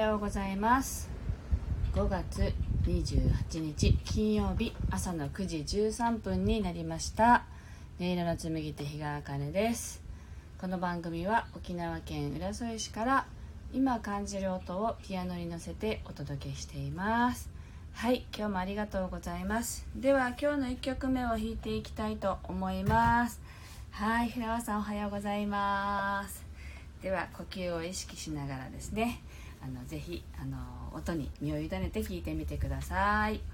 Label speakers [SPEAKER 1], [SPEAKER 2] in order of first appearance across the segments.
[SPEAKER 1] ようございます。5月28日金曜日、朝の9時13分になりました。音色の紡手日川茜です。この番組は沖縄県浦添市から今感じる音をピアノに乗せてお届けしています。はい、今日もありがとうございます。では今日の1曲目を弾いていきたいと思います。はい、平和さんおはようございます。では呼吸を意識しながらですね、ぜひ音に身を委ねて聴いてみてください。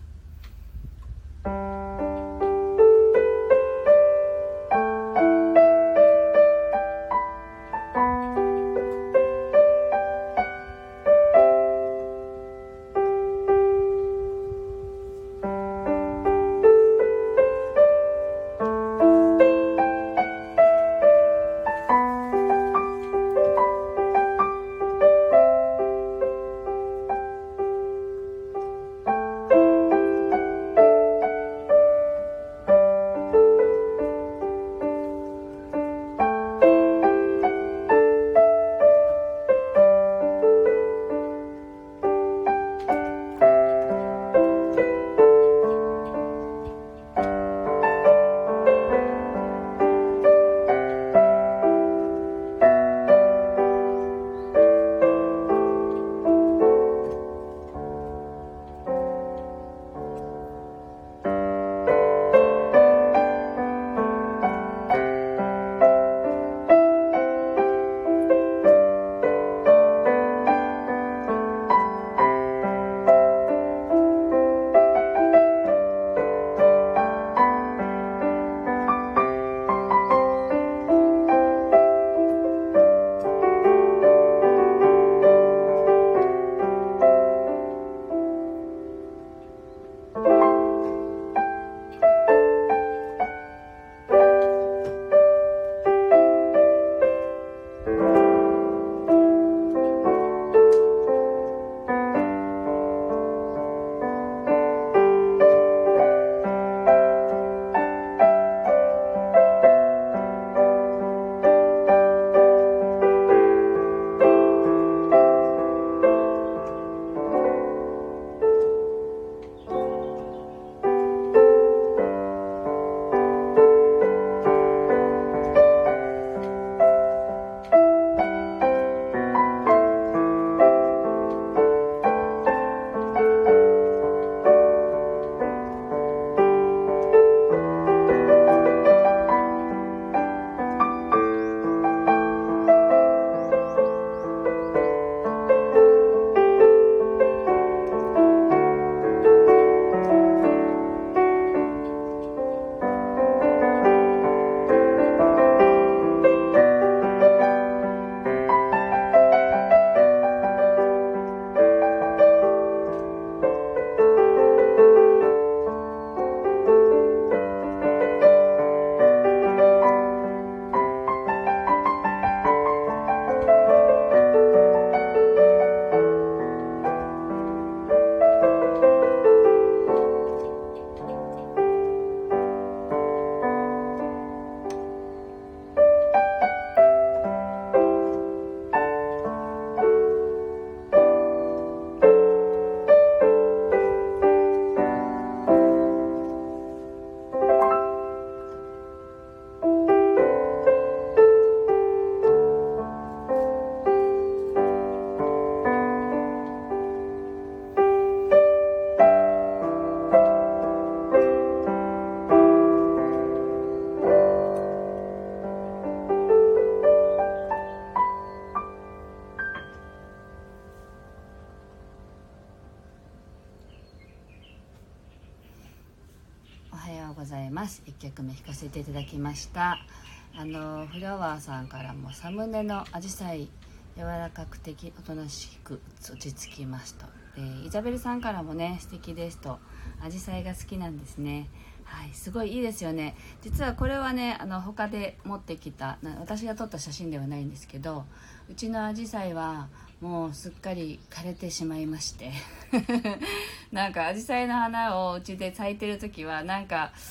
[SPEAKER 1] おはようございます。1曲目弾かせていただきました。フラワーさんからもサムネのアジサイ柔らかくておとなしく落ち着きますと、イザベルさんからもね素敵ですと、アジサイが好きなんですね。はい、すごいいいですよね。実はこれはね他で持ってきた私が撮った写真ではないんですけど、うちのアジサイはもうすっかり枯れてしまいましてなんかアジサイの花をうちで咲いてる時はなんか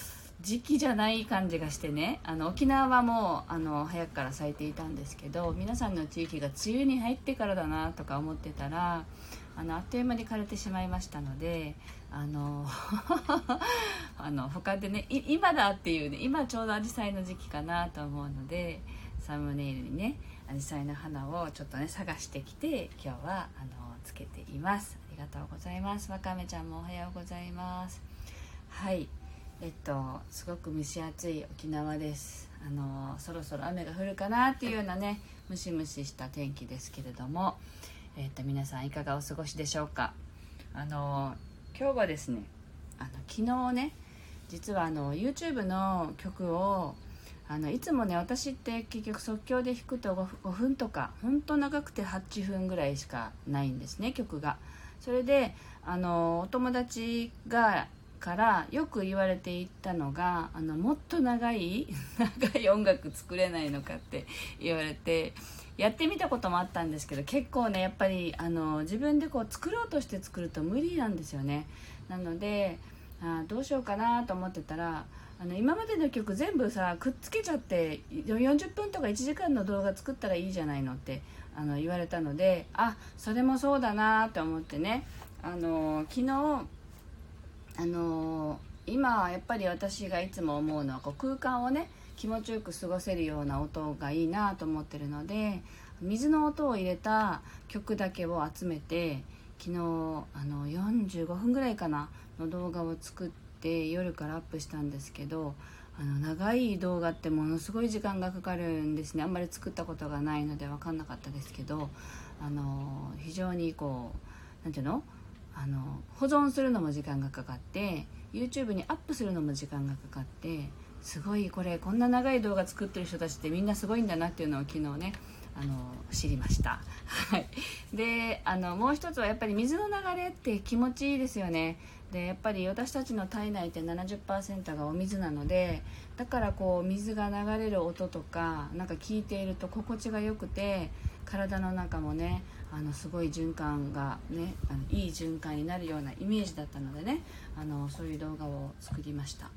[SPEAKER 1] 時期じゃない感じがしてね、沖縄はもう早くから咲いていたんですけど、皆さんの地域が梅雨に入ってからだなとか思ってたら、あっという間に枯れてしまいましたので、他でね、今だっていうね、今ちょうどアジサイの時期かなと思うので、サムネイルにねアジサイの花をちょっとね探してきて、今日はつけています。ありがとうございます。わかめちゃんもおはようございます。はい、すごく蒸し暑い沖縄です。そろそろ雨が降るかなっていうようなね、ムシムシした天気ですけれども、皆さんいかがお過ごしでしょうか。今日はですね、昨日ね、実はYouTube の曲をいつもね、私って結局即興で弾くと5分とか、本当長くて8分ぐらいしかないんですね、曲が。それでお友達からよく言われていたのが、もっと長い音楽作れないのかって言われて、やってみたこともあったんですけど、結構ねやっぱり自分でこう作ろうとして作ると無理なんですよね。なのでどうしようかなと思ってたら、今までの曲全部さくっつけちゃって40分とか1時間の動画作ったらいいじゃないのって言われたので、それもそうだなと思ってね、昨日今やっぱり私がいつも思うのは、こう空間をね気持ちよく過ごせるような音がいいなと思ってるので、水の音を入れた曲だけを集めて、昨日45分ぐらいかなの動画を作って夜からアップしたんですけど、長い動画ってものすごい時間がかかるんですね。あんまり作ったことがないので分かんなかったですけど、非常にこうなんていうの、保存するのも時間がかかって、 YouTube にアップするのも時間がかかって、すごいこんな長い動画作ってる人たちってみんなすごいんだなっていうのを昨日ね知りました。はい。でもう一つはやっぱり水の流れって気持ちいいですよね。でやっぱり私たちの体内って 70% がお水なので、だからこう水が流れる音とかなんか聞いていると心地がよくて、体の中もねすごい循環がねいい循環になるようなイメージだったのでね、そういう動画を作りました。はい。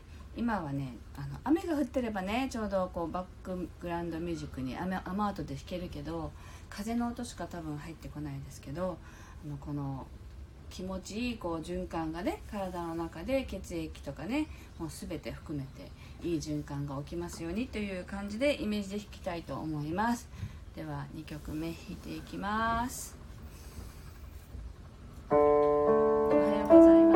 [SPEAKER 1] 今はね雨が降ってればね、ちょうどこうバックグラウンドミュージックに雨音で弾けるけど、風の音しか多分入ってこないんですけど、この気持ちいいこう循環がね体の中で血液とかねもう全て含めていい循環が起きますようにという感じでイメージで弾きたいと思います。では2曲目弾いていきます。おはようございます。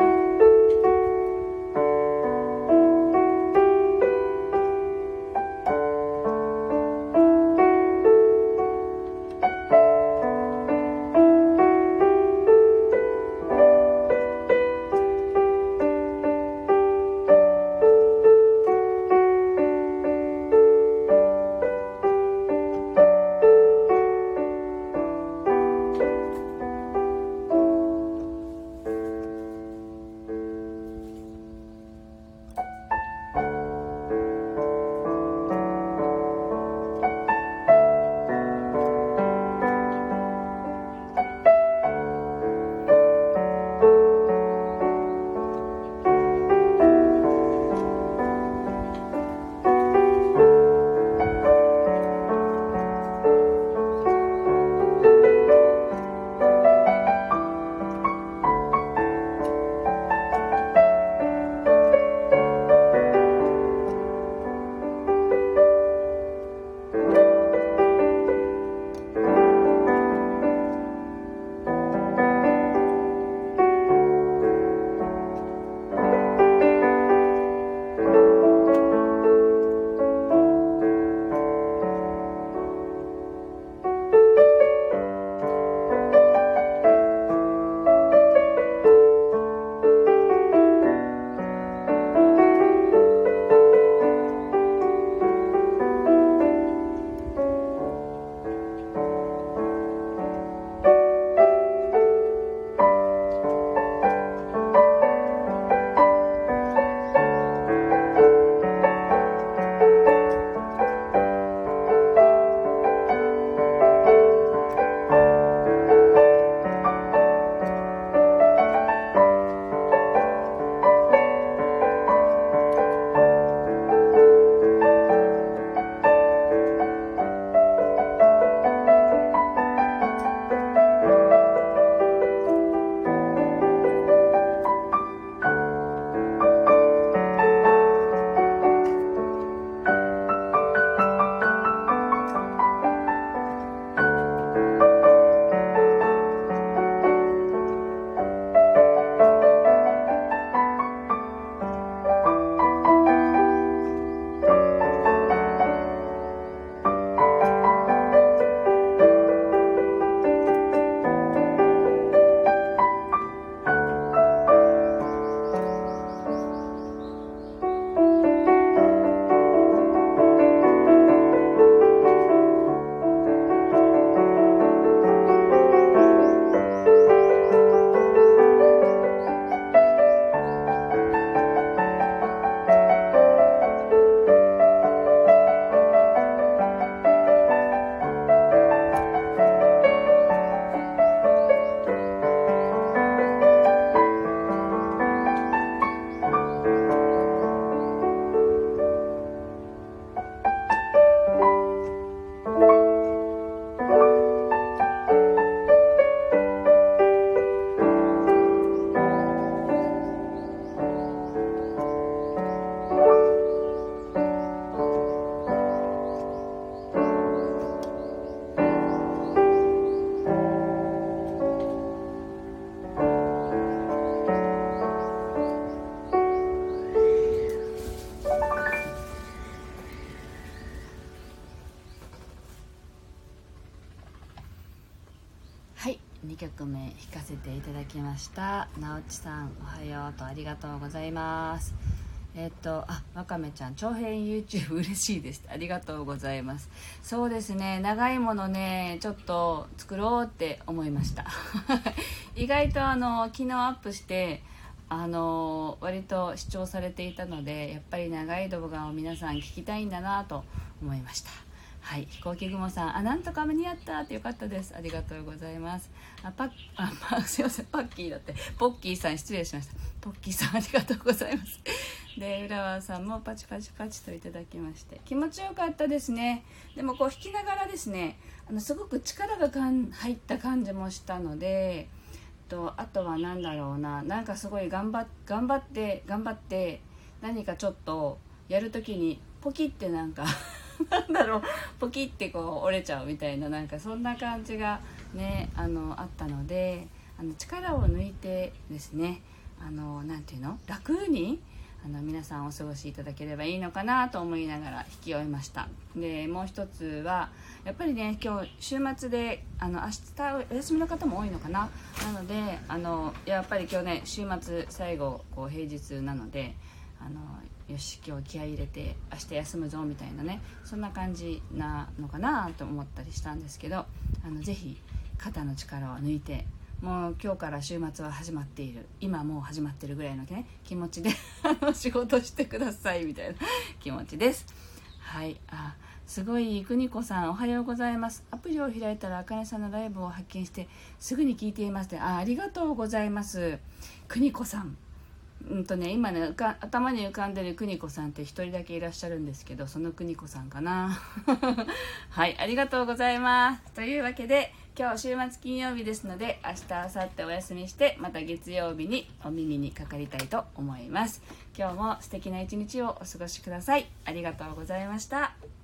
[SPEAKER 1] 2曲目弾かせていただきました。なおちさんおはようとありがとうございます。わかめちゃん長編 YouTube 嬉しいです、ありがとうございます。そうですね、長いものねちょっと作ろうって思いました意外と昨日アップして割と視聴されていたので、やっぱり長い動画を皆さん聞きたいんだなと思いました。はい、飛行機雲さん、なんとか間に合ったってよかったです、ありがとうございます。すいません、パッキーだってポッキーさん失礼しました。ポッキーさんありがとうございますで浦和さんもパチパチパチといただきまして気持ちよかったですね。でもこう弾きながらですね、すごく力が入った感じもしたので、あとは何だろうな、なんかすごい頑張って何かちょっとやるときにポキってなんかなんだろう、ポキってこう折れちゃうみたいな、なんかそんな感じがねあったので、力を抜いてですね、なんていうの、楽に皆さんお過ごしいただければいいのかなと思いながら弾き終えました。でもう一つはやっぱりね、今日週末で明日お休みの方も多いのかな。なのでやっぱり今日ね週末最後こう平日なのでよし今日気合い入れて明日休むぞみたいなね、そんな感じなのかなと思ったりしたんですけど、ぜひ肩の力を抜いて、もう今日から週末は始まっている、今もう始まってるぐらいのね気持ちで仕事してくださいみたいな気持ちです。はい、すごい、くにこさんおはようございます。アプリを開いたらあかねさんのライブを発見してすぐに聞いています。ありがとうございます、くにこさん。今ね頭に浮かんでるくにこさんって一人だけいらっしゃるんですけど、そのくにこさんかなはい、ありがとうございます。というわけで今日週末金曜日ですので、明日明後日お休みしてまた月曜日にお耳にかかりたいと思います。今日も素敵な一日をお過ごしください。ありがとうございました。